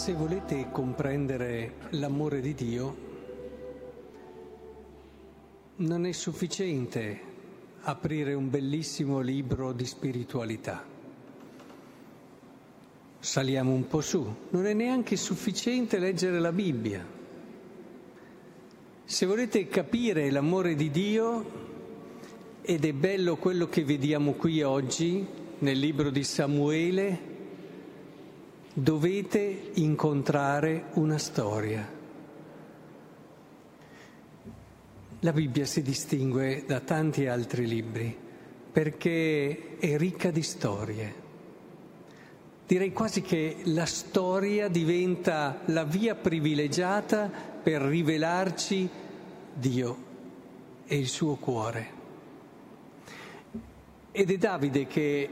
Se volete comprendere l'amore di Dio, non è sufficiente aprire un bellissimo libro di spiritualità. Saliamo un po' su, non è neanche sufficiente leggere la Bibbia. Se volete capire l'amore di Dio, ed è bello quello che vediamo qui oggi nel libro di Samuele, dovete incontrare una storia. La Bibbia si distingue da tanti altri libri perché è ricca di storie. Direi quasi che la storia diventa la via privilegiata per rivelarci Dio e il suo cuore. Ed è Davide che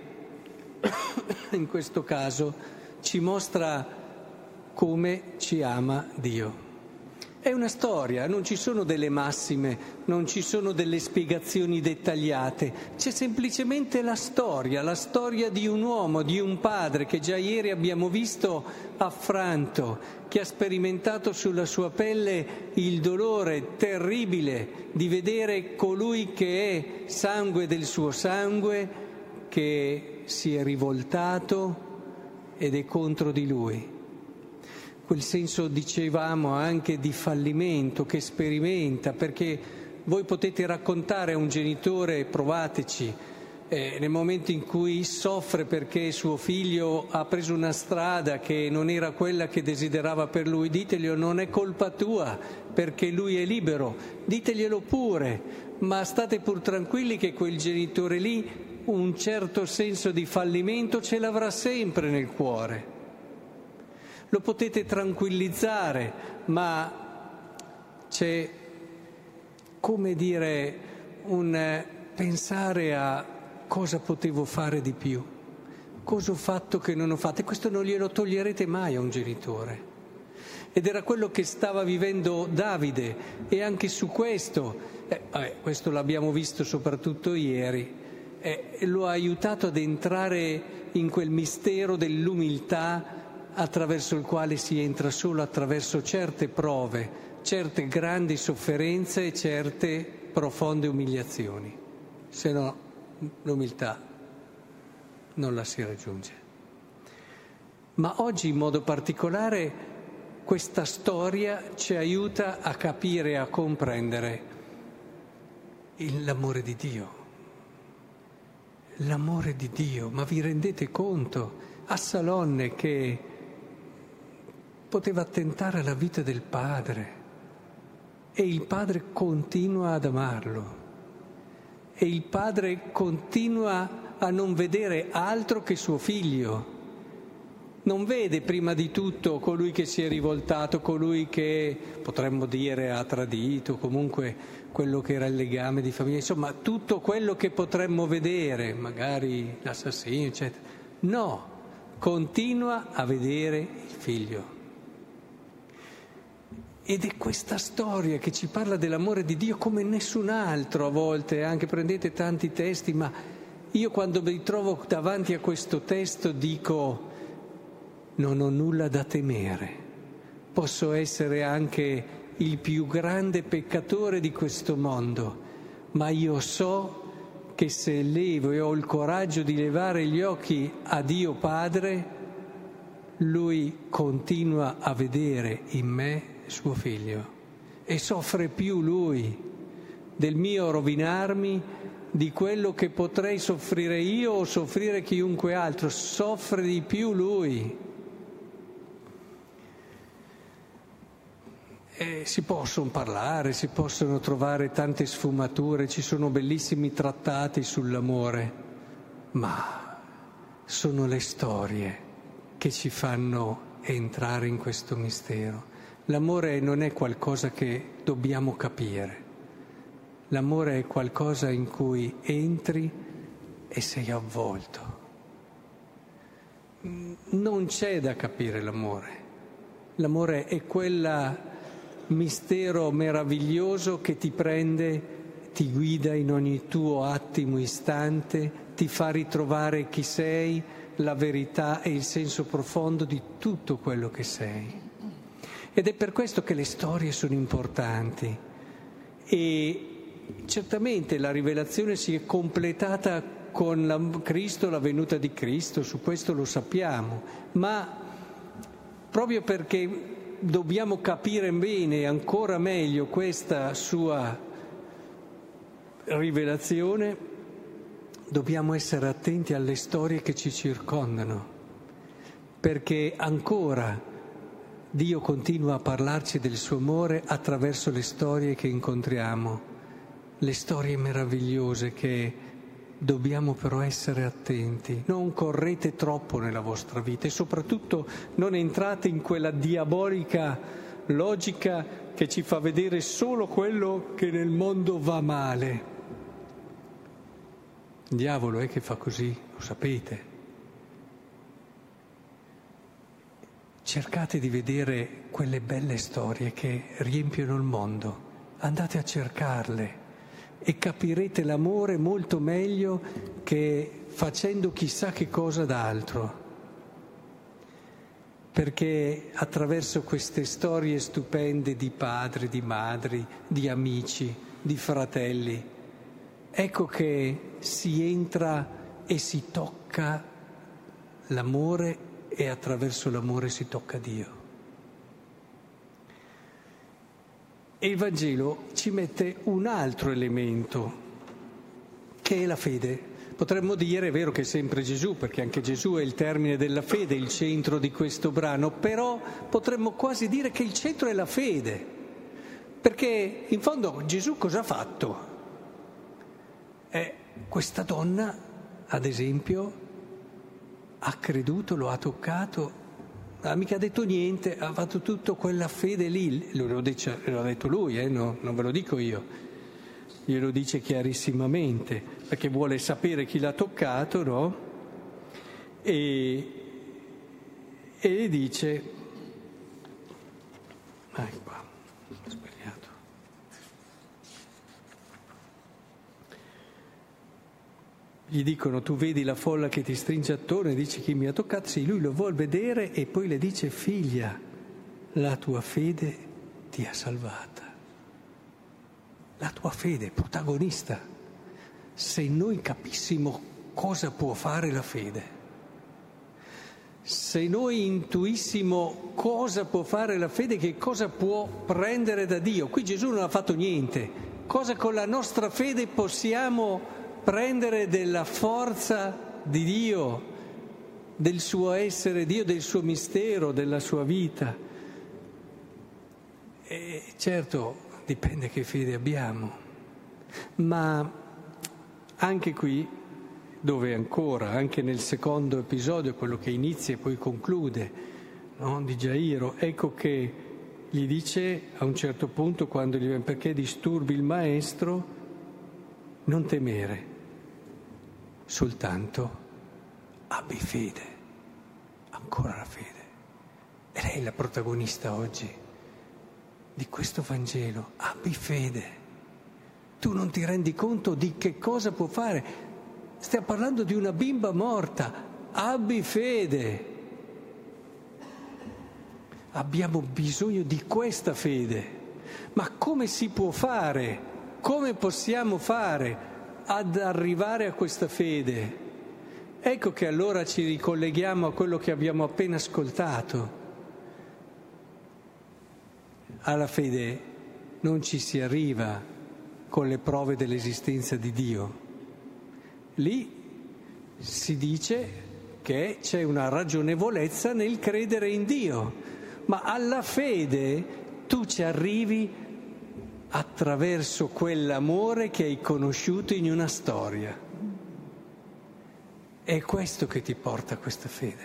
in questo caso ci mostra come ci ama Dio. È una storia, non ci sono delle massime, non ci sono delle spiegazioni dettagliate, c'è semplicemente la storia di un uomo, di un padre che già ieri abbiamo visto affranto, che ha sperimentato sulla sua pelle il dolore terribile di vedere colui che è sangue del suo sangue, che si è rivoltato ed è contro di lui. Quel senso, dicevamo, anche di fallimento che sperimenta, perché voi potete raccontare a un genitore, provateci, nel momento in cui soffre perché suo figlio ha preso una strada che non era quella che desiderava per lui, diteglielo, non è colpa tua, perché lui è libero, diteglielo pure, ma state pur tranquilli che quel genitore lì un certo senso di fallimento ce l'avrà sempre nel cuore. Lo potete tranquillizzare, ma c'è, come dire, un pensare a cosa potevo fare di più, cosa ho fatto che non ho fatto, e questo non glielo toglierete mai a un genitore. Ed era quello che stava vivendo Davide, e anche su questo, questo l'abbiamo visto soprattutto ieri, lo ha aiutato ad entrare in quel mistero dell'umiltà attraverso il quale si entra solo attraverso certe prove, certe grandi sofferenze e certe profonde umiliazioni. Se no, l'umiltà non la si raggiunge. Ma oggi in modo particolare questa storia ci aiuta a capire e a comprendere l'amore di Dio. L'amore di Dio, ma vi rendete conto? Assalonne che poteva attentare alla vita del padre e il padre continua ad amarlo e il padre continua a non vedere altro che suo figlio. Non vede prima di tutto colui che si è rivoltato, colui che potremmo dire ha tradito, comunque quello che era il legame di famiglia, insomma tutto quello che potremmo vedere, magari l'assassino, eccetera. No, continua a vedere il figlio. Ed è questa storia che ci parla dell'amore di Dio come nessun altro a volte, anche prendete tanti testi, ma io quando mi trovo davanti a questo testo dico: non ho nulla da temere, posso essere anche il più grande peccatore di questo mondo, ma io so che se levo e ho il coraggio di levare gli occhi a Dio Padre, Lui continua a vedere in me suo figlio e soffre più Lui del mio rovinarmi, di quello che potrei soffrire io o soffrire chiunque altro, soffre di più Lui. Si possono parlare, si possono trovare tante sfumature, ci sono bellissimi trattati sull'amore, ma sono le storie che ci fanno entrare in questo mistero. L'amore non è qualcosa che dobbiamo capire, l'amore è qualcosa in cui entri e sei avvolto. Non c'è da capire l'amore è quella mistero meraviglioso che ti prende, ti guida in ogni tuo attimo istante, ti fa ritrovare chi sei, la verità e il senso profondo di tutto quello che sei. Ed è per questo che le storie sono importanti. E certamente la rivelazione si è completata con Cristo, la venuta di Cristo, su questo lo sappiamo, ma proprio perché dobbiamo capire bene, ancora meglio, questa sua rivelazione, dobbiamo essere attenti alle storie che ci circondano, perché ancora Dio continua a parlarci del suo amore attraverso le storie che incontriamo, le storie meravigliose che dobbiamo però essere attenti. Non correte troppo nella vostra vita e soprattutto non entrate in quella diabolica logica che ci fa vedere solo quello che nel mondo va male. Il diavolo è che fa così, lo sapete. Cercate di vedere quelle belle storie che riempiono il mondo, andate a cercarle e capirete l'amore molto meglio che facendo chissà che cosa d'altro. Perché attraverso queste storie stupende di padri, di madri, di amici, di fratelli, ecco che si entra e si tocca l'amore e attraverso l'amore si tocca Dio. E il Vangelo ci mette un altro elemento, che è la fede. Potremmo dire, è vero che è sempre Gesù, perché anche Gesù è il termine della fede, il centro di questo brano, però potremmo quasi dire che il centro è la fede, perché in fondo Gesù cosa ha fatto? Questa donna, ad esempio, ha creduto, lo ha toccato, non ha mica detto niente, ha fatto tutto quella fede lì, lo ha detto lui, no? Non ve lo dico io, glielo dice chiarissimamente, perché vuole sapere chi l'ha toccato, no? E dice, qua, ho sbagliato. Gli dicono, tu vedi la folla che ti stringe attorno e dici chi mi ha toccato? Sì, lui lo vuol vedere e poi le dice, figlia, la tua fede ti ha salvata. La tua fede, protagonista. Se noi capissimo cosa può fare la fede, se noi intuissimo cosa può fare la fede, che cosa può prendere da Dio. Qui Gesù non ha fatto niente. Cosa con la nostra fede possiamo prendere della forza di Dio, del suo essere Dio, del suo mistero, della sua vita. E certo, dipende che fede abbiamo, ma anche qui, dove ancora, anche nel secondo episodio, quello che inizia e poi conclude, no, di Gairo, ecco che gli dice a un certo punto, quando gli dice perché disturbi il maestro, non temere, soltanto abbi fede, ancora la fede. E lei è la protagonista oggi di questo Vangelo, abbi fede. Tu non ti rendi conto di che cosa può fare. Stiamo parlando di una bimba morta, abbi fede. Abbiamo bisogno di questa fede. Ma come si può fare? Come possiamo fare ad arrivare a questa fede? Ecco che allora ci ricolleghiamo a quello che abbiamo appena ascoltato. Alla fede non ci si arriva con le prove dell'esistenza di Dio. Lì si dice che c'è una ragionevolezza nel credere in Dio, ma alla fede tu ci arrivi attraverso quell'amore che hai conosciuto in una storia. È questo che ti porta a questa fede.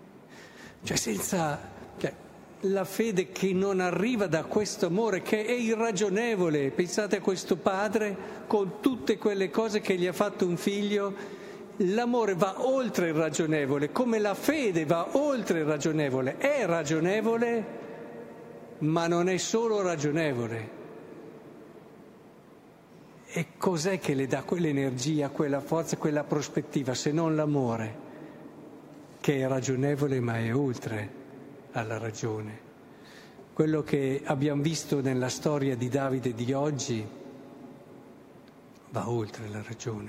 La fede che non arriva da questo amore, che è irragionevole. Pensate a questo padre con tutte quelle cose che gli ha fatto un figlio. L'amore va oltre il ragionevole, come la fede va oltre il ragionevole. È ragionevole, ma non è solo ragionevole. E cos'è che le dà quell'energia, quella forza, quella prospettiva, se non l'amore, che è ragionevole ma è oltre alla ragione. Quello che abbiamo visto nella storia di Davide di oggi va oltre la ragione.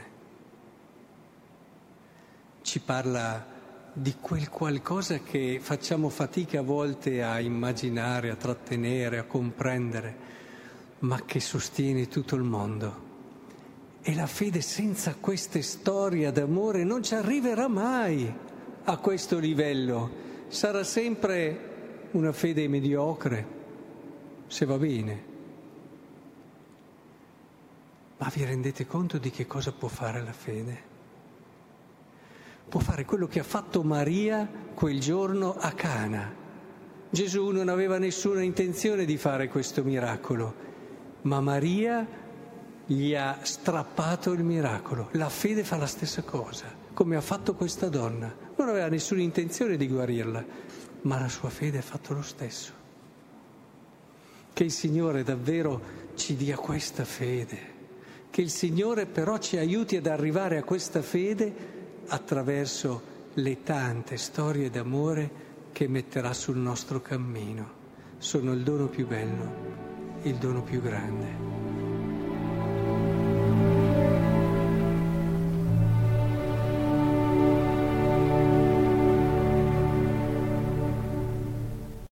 Ci parla di quel qualcosa che facciamo fatica a volte a immaginare, a trattenere, a comprendere, ma che sostiene tutto il mondo. E la fede senza queste storie d'amore non ci arriverà mai a questo livello. Sarà sempre una fede mediocre, se va bene. Ma vi rendete conto di che cosa può fare la fede? Può fare quello che ha fatto Maria quel giorno a Cana. Gesù non aveva nessuna intenzione di fare questo miracolo, ma Maria gli ha strappato il miracolo. La fede fa la stessa cosa, come ha fatto questa donna. Non aveva nessuna intenzione di guarirla, ma la sua fede ha fatto lo stesso. Che il Signore davvero ci dia questa fede, che il Signore però ci aiuti ad arrivare a questa fede attraverso le tante storie d'amore che metterà sul nostro cammino. Sono il dono più bello, il dono più grande.